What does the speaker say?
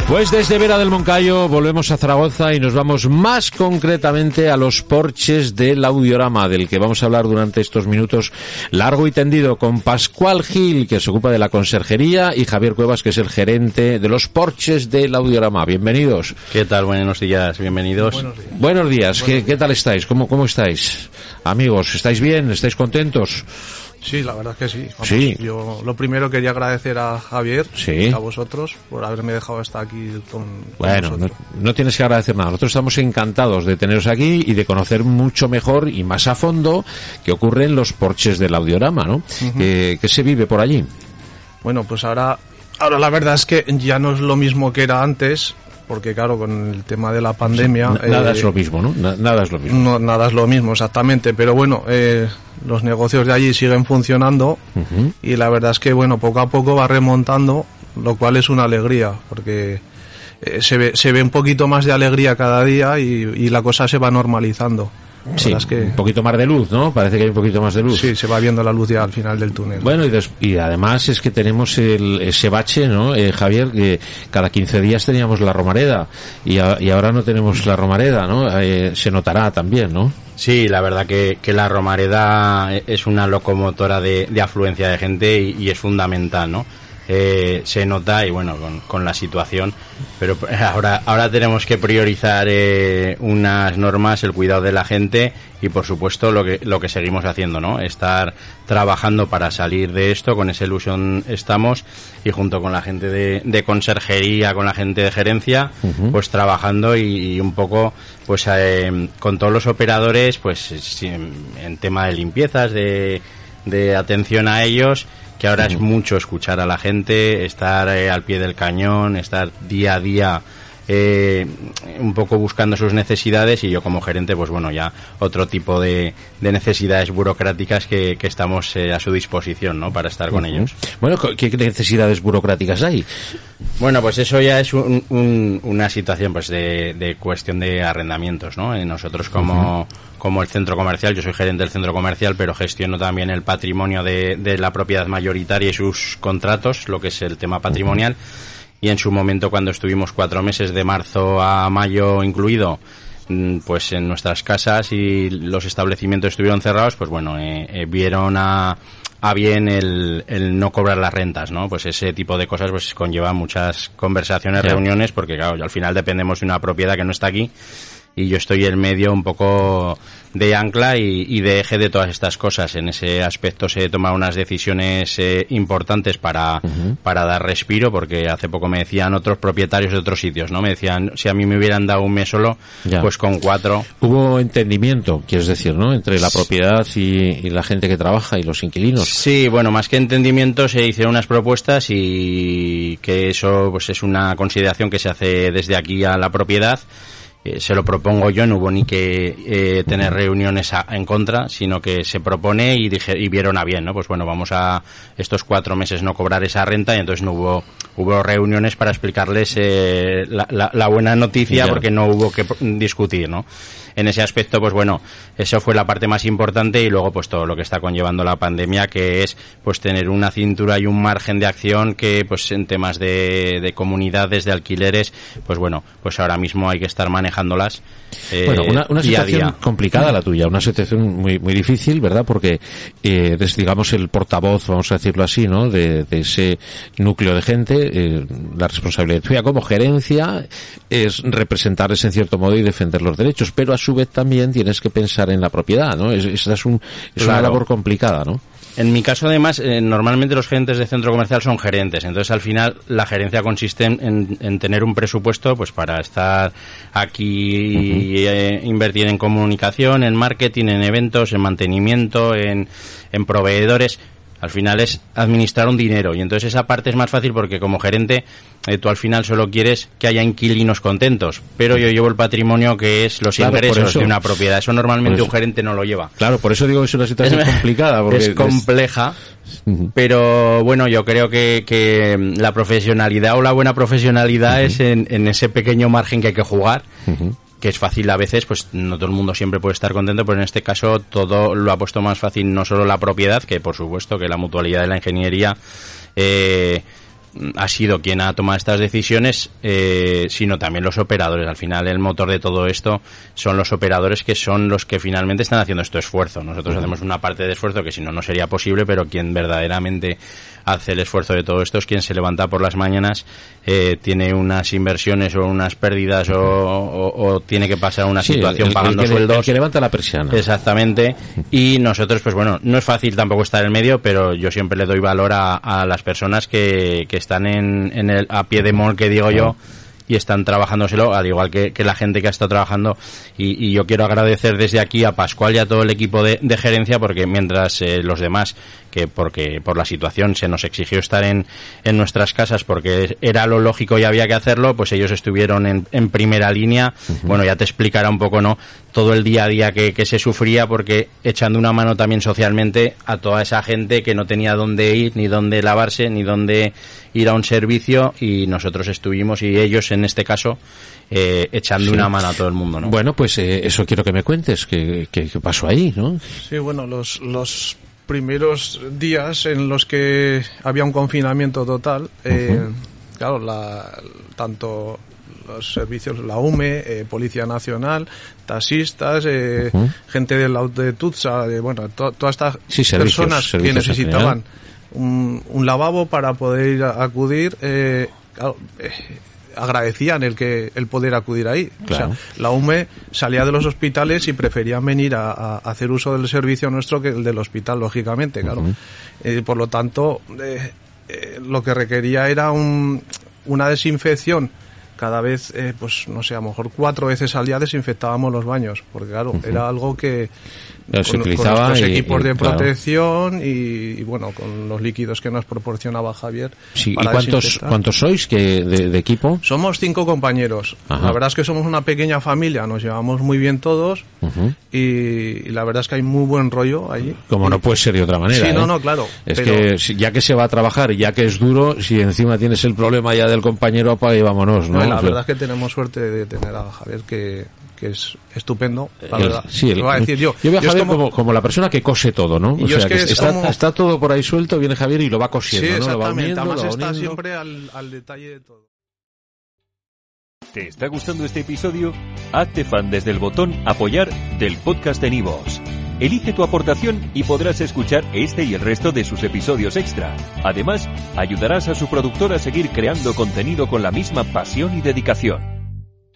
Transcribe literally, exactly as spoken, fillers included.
Pues desde Vera del Moncayo volvemos a Zaragoza y nos vamos más concretamente a los porches del Audiorama, del que vamos a hablar durante estos minutos largo y tendido con Pascual Gil, que se ocupa de la conserjería, y Javier Cuevas, que es el gerente de los porches del Audiorama. Bienvenidos. ¿Qué tal? Buenos días, bienvenidos. Buenos días. Buenos días. ¿Qué, ¿Qué tal estáis? ¿Cómo, cómo estáis? Amigos, ¿estáis bien? ¿Estáis contentos? Sí, la verdad es que sí. Vamos, sí. Yo lo primero quería agradecer a Javier sí. y a vosotros por haberme dejado estar aquí con, bueno, con no, no tienes que agradecer nada. Nosotros estamos encantados de teneros aquí y de conocer mucho mejor y más a fondo qué ocurre en los porches del Audiorama, ¿no? Uh-huh. Eh, ¿Qué se vive por allí? Bueno, pues ahora, ahora la verdad es que ya no es lo mismo que era antes. Porque claro, con el tema de la pandemia... Sí, nada eh, es lo mismo, ¿no? Na, nada es lo mismo. No, nada es lo mismo, exactamente. Pero bueno, eh, los negocios de allí siguen funcionando uh-huh. y la verdad es que, bueno, poco a poco va remontando, lo cual es una alegría, porque eh, se ve, se ve un poquito más de alegría cada día y, y la cosa se va normalizando. Sí, es que... un poquito más de luz, ¿no? Parece que hay un poquito más de luz. Sí, se va viendo la luz ya al final del túnel. Bueno, y, des- y además es que tenemos el, ese bache, ¿no, eh, Javier? Que cada quince días teníamos la Romareda y, a, y ahora no tenemos la Romareda, ¿no? Eh, se notará también, ¿no? Sí, la verdad que, que la Romareda es una locomotora de, de afluencia de gente y, y es fundamental, ¿no? Eh, se nota y bueno, con, con la situación, pero ahora ahora tenemos que priorizar eh, unas normas, el cuidado de la gente y por supuesto lo que lo que seguimos haciendo, ¿no? Estar trabajando para salir de esto, con esa ilusión estamos y junto con la gente de, de conserjería, con la gente de gerencia, uh-huh. pues trabajando y, y un poco pues eh, con todos los operadores, pues sí, en tema de limpiezas, de, de atención a ellos, que ahora es mucho escuchar a la gente, estar eh, al pie del cañón, estar día a día eh, un poco buscando sus necesidades y yo como gerente, pues bueno, ya otro tipo de, de necesidades burocráticas que, que estamos eh, a su disposición, ¿no? Para estar uh-huh. con ellos. Bueno, ¿qué necesidades burocráticas hay? Bueno, pues eso ya es un, un, una situación pues de, de cuestión de arrendamientos, ¿no? Y nosotros como... Uh-huh. como el centro comercial, yo soy gerente del centro comercial, pero gestiono también el patrimonio de, de la propiedad mayoritaria y sus contratos, lo que es el tema patrimonial. Y en su momento, cuando estuvimos cuatro meses de marzo a mayo incluido, pues en nuestras casas y los establecimientos estuvieron cerrados, pues bueno, eh, eh, vieron a, a bien el, el no cobrar las rentas, ¿no? Pues ese tipo de cosas pues conlleva muchas conversaciones, sí. reuniones, porque claro, al final dependemos de una propiedad que no está aquí. Y yo estoy en medio un poco de ancla y, y de eje de todas estas cosas. En ese aspecto se toman unas decisiones eh, importantes para, uh-huh. para dar respiro, porque hace poco me decían otros propietarios de otros sitios, ¿no? Me decían, si a mí me hubieran dado un mes solo, ya. pues con cuatro. Hubo entendimiento, quieres decir, ¿no? Entre la propiedad y, y la gente que trabaja y los inquilinos. Sí, bueno, más que entendimiento se hicieron unas propuestas y que eso pues es una consideración que se hace desde aquí a la propiedad. Eh, se lo propongo yo, no hubo ni que eh, tener reuniones a, en contra, sino que se propone y, dije, y vieron a bien, ¿no? Pues bueno, vamos a estos cuatro meses no cobrar esa renta y entonces no hubo hubo reuniones para explicarles eh, la, la, la buena noticia, yeah. porque no hubo que discutir, ¿no? En ese aspecto, pues bueno, eso fue la parte más importante y luego pues todo lo que está conllevando la pandemia, que es pues tener una cintura y un margen de acción que pues en temas de, de comunidades, de alquileres, pues bueno, pues ahora mismo hay que estar manejándolas eh, bueno, una, una día situación a día. complicada la tuya, una situación muy muy difícil, ¿verdad? Porque eh, eres, digamos, el portavoz, vamos a decirlo así, ¿no? De, de ese núcleo de gente, eh, la responsabilidad tuya como gerencia es representarles en cierto modo y defender los derechos, pero a su vez también tienes que pensar en la propiedad, ¿no? Es, es, es, un, es claro. una labor complicada, ¿no? En mi caso, además, eh, normalmente los gerentes de centro comercial son gerentes, entonces al final la gerencia consiste en, en, en tener un presupuesto pues para estar aquí uh-huh. y eh, invertir en comunicación, en marketing, en eventos, en mantenimiento, en, en proveedores. Al final es administrar un dinero y entonces esa parte es más fácil porque como gerente eh, tú al final solo quieres que haya inquilinos contentos, pero yo llevo el patrimonio que es los claro, ingresos eso, de una propiedad. Eso normalmente un gerente no lo lleva. Claro, por eso digo que es una situación es, complicada. Porque es compleja, es... pero bueno, yo creo que, que la profesionalidad o la buena profesionalidad uh-huh. es en, en ese pequeño margen que hay que jugar. Uh-huh. Que es fácil a veces, pues no todo el mundo siempre puede estar contento, pero en este caso todo lo ha puesto más fácil no solo la propiedad, que por supuesto que la mutualidad de la ingeniería eh, ha sido quien ha tomado estas decisiones, eh, sino también los operadores. Al final el motor de todo esto son los operadores, que son los que finalmente están haciendo este esfuerzo. Nosotros uh-huh. hacemos una parte de esfuerzo que si no, no sería posible, pero quien verdaderamente hace el esfuerzo de todo esto es quien se levanta por las mañanas, eh, tiene unas inversiones o unas pérdidas o, o, o tiene que pasar una sí, situación el, pagando el que, sueldos. El que levanta la persiana. Exactamente. Y nosotros, pues bueno, no es fácil tampoco estar en medio, pero yo siempre le doy valor a, a las personas que, que están en, en el, a pie de mol, que digo yo, y están trabajándoselo, al igual que, que la gente que ha estado trabajando. Y, y yo quiero agradecer desde aquí a Pascual y a todo el equipo de, de gerencia, porque mientras eh, los demás, que porque por la situación se nos exigió estar en, en nuestras casas porque era lo lógico y había que hacerlo, pues ellos estuvieron en, en primera línea. Uh-huh. Bueno, ya te explicará un poco, ¿no?, todo el día a día que, que se sufría, porque echando una mano también socialmente a toda esa gente que no tenía dónde ir, ni dónde lavarse, ni dónde ir a un servicio, y nosotros estuvimos, y ellos en este caso, eh, echando sí. una mano a todo el mundo, ¿no? Bueno, pues eh, eso quiero que me cuentes, ¿qué, qué, qué pasó ahí, ¿no? Sí, bueno, los, los primeros días en los que había un confinamiento total, eh, uh-huh. claro, la, tanto los servicios, la U M E, eh, Policía Nacional, taxistas, eh, uh-huh. gente del auto de Tutsa, de, bueno, to, todas estas sí, servicios, personas servicios que necesitaban un, un lavabo para poder ir a, acudir, eh, claro, eh, agradecían el que el poder acudir ahí. Claro. O sea, la U M E salía de los hospitales y preferían venir a, a hacer uso del servicio nuestro que el del hospital, lógicamente, claro. Uh-huh. Eh, por lo tanto, eh, eh, lo que requería era un, una desinfección. Cada vez, eh, pues no sé, a lo mejor cuatro veces al día desinfectábamos los baños, porque claro, uh-huh. era algo que con, con nuestros y, equipos y, de protección claro. y, y bueno, con los líquidos que nos proporcionaba Javier. Sí, ¿y cuántos cuántos sois que de, de equipo? Somos cinco compañeros. Ajá. La verdad es que somos una pequeña familia, nos llevamos muy bien todos uh-huh. y, y la verdad es que hay muy buen rollo allí. Como y, no puede ser de otra manera. Sí, ¿eh? no, no, claro. Es pero, que ya que se va a trabajar, ya que es duro, si encima tienes el problema ya del compañero, apaga y vámonos, ¿no? no la o sea, verdad es que tenemos suerte de tener a Javier, que, que es estupendo, la el, verdad. Sí, el, lo voy a decir yo. Yo veo a Javier como, como, como la persona que cose todo, ¿no? O sea, es que, que está, como... está todo por ahí suelto, viene Javier y lo va cosiendo, sí, ¿no? exactamente. Lo va uniendo, Además lo va está uniendo. siempre al, al detalle de todo. ¿Te está gustando este episodio? Hazte fan desde el botón Apoyar del podcast de Nivos. Elige tu aportación y podrás escuchar este y el resto de sus episodios extra. Además, ayudarás a su productor a seguir creando contenido con la misma pasión y dedicación.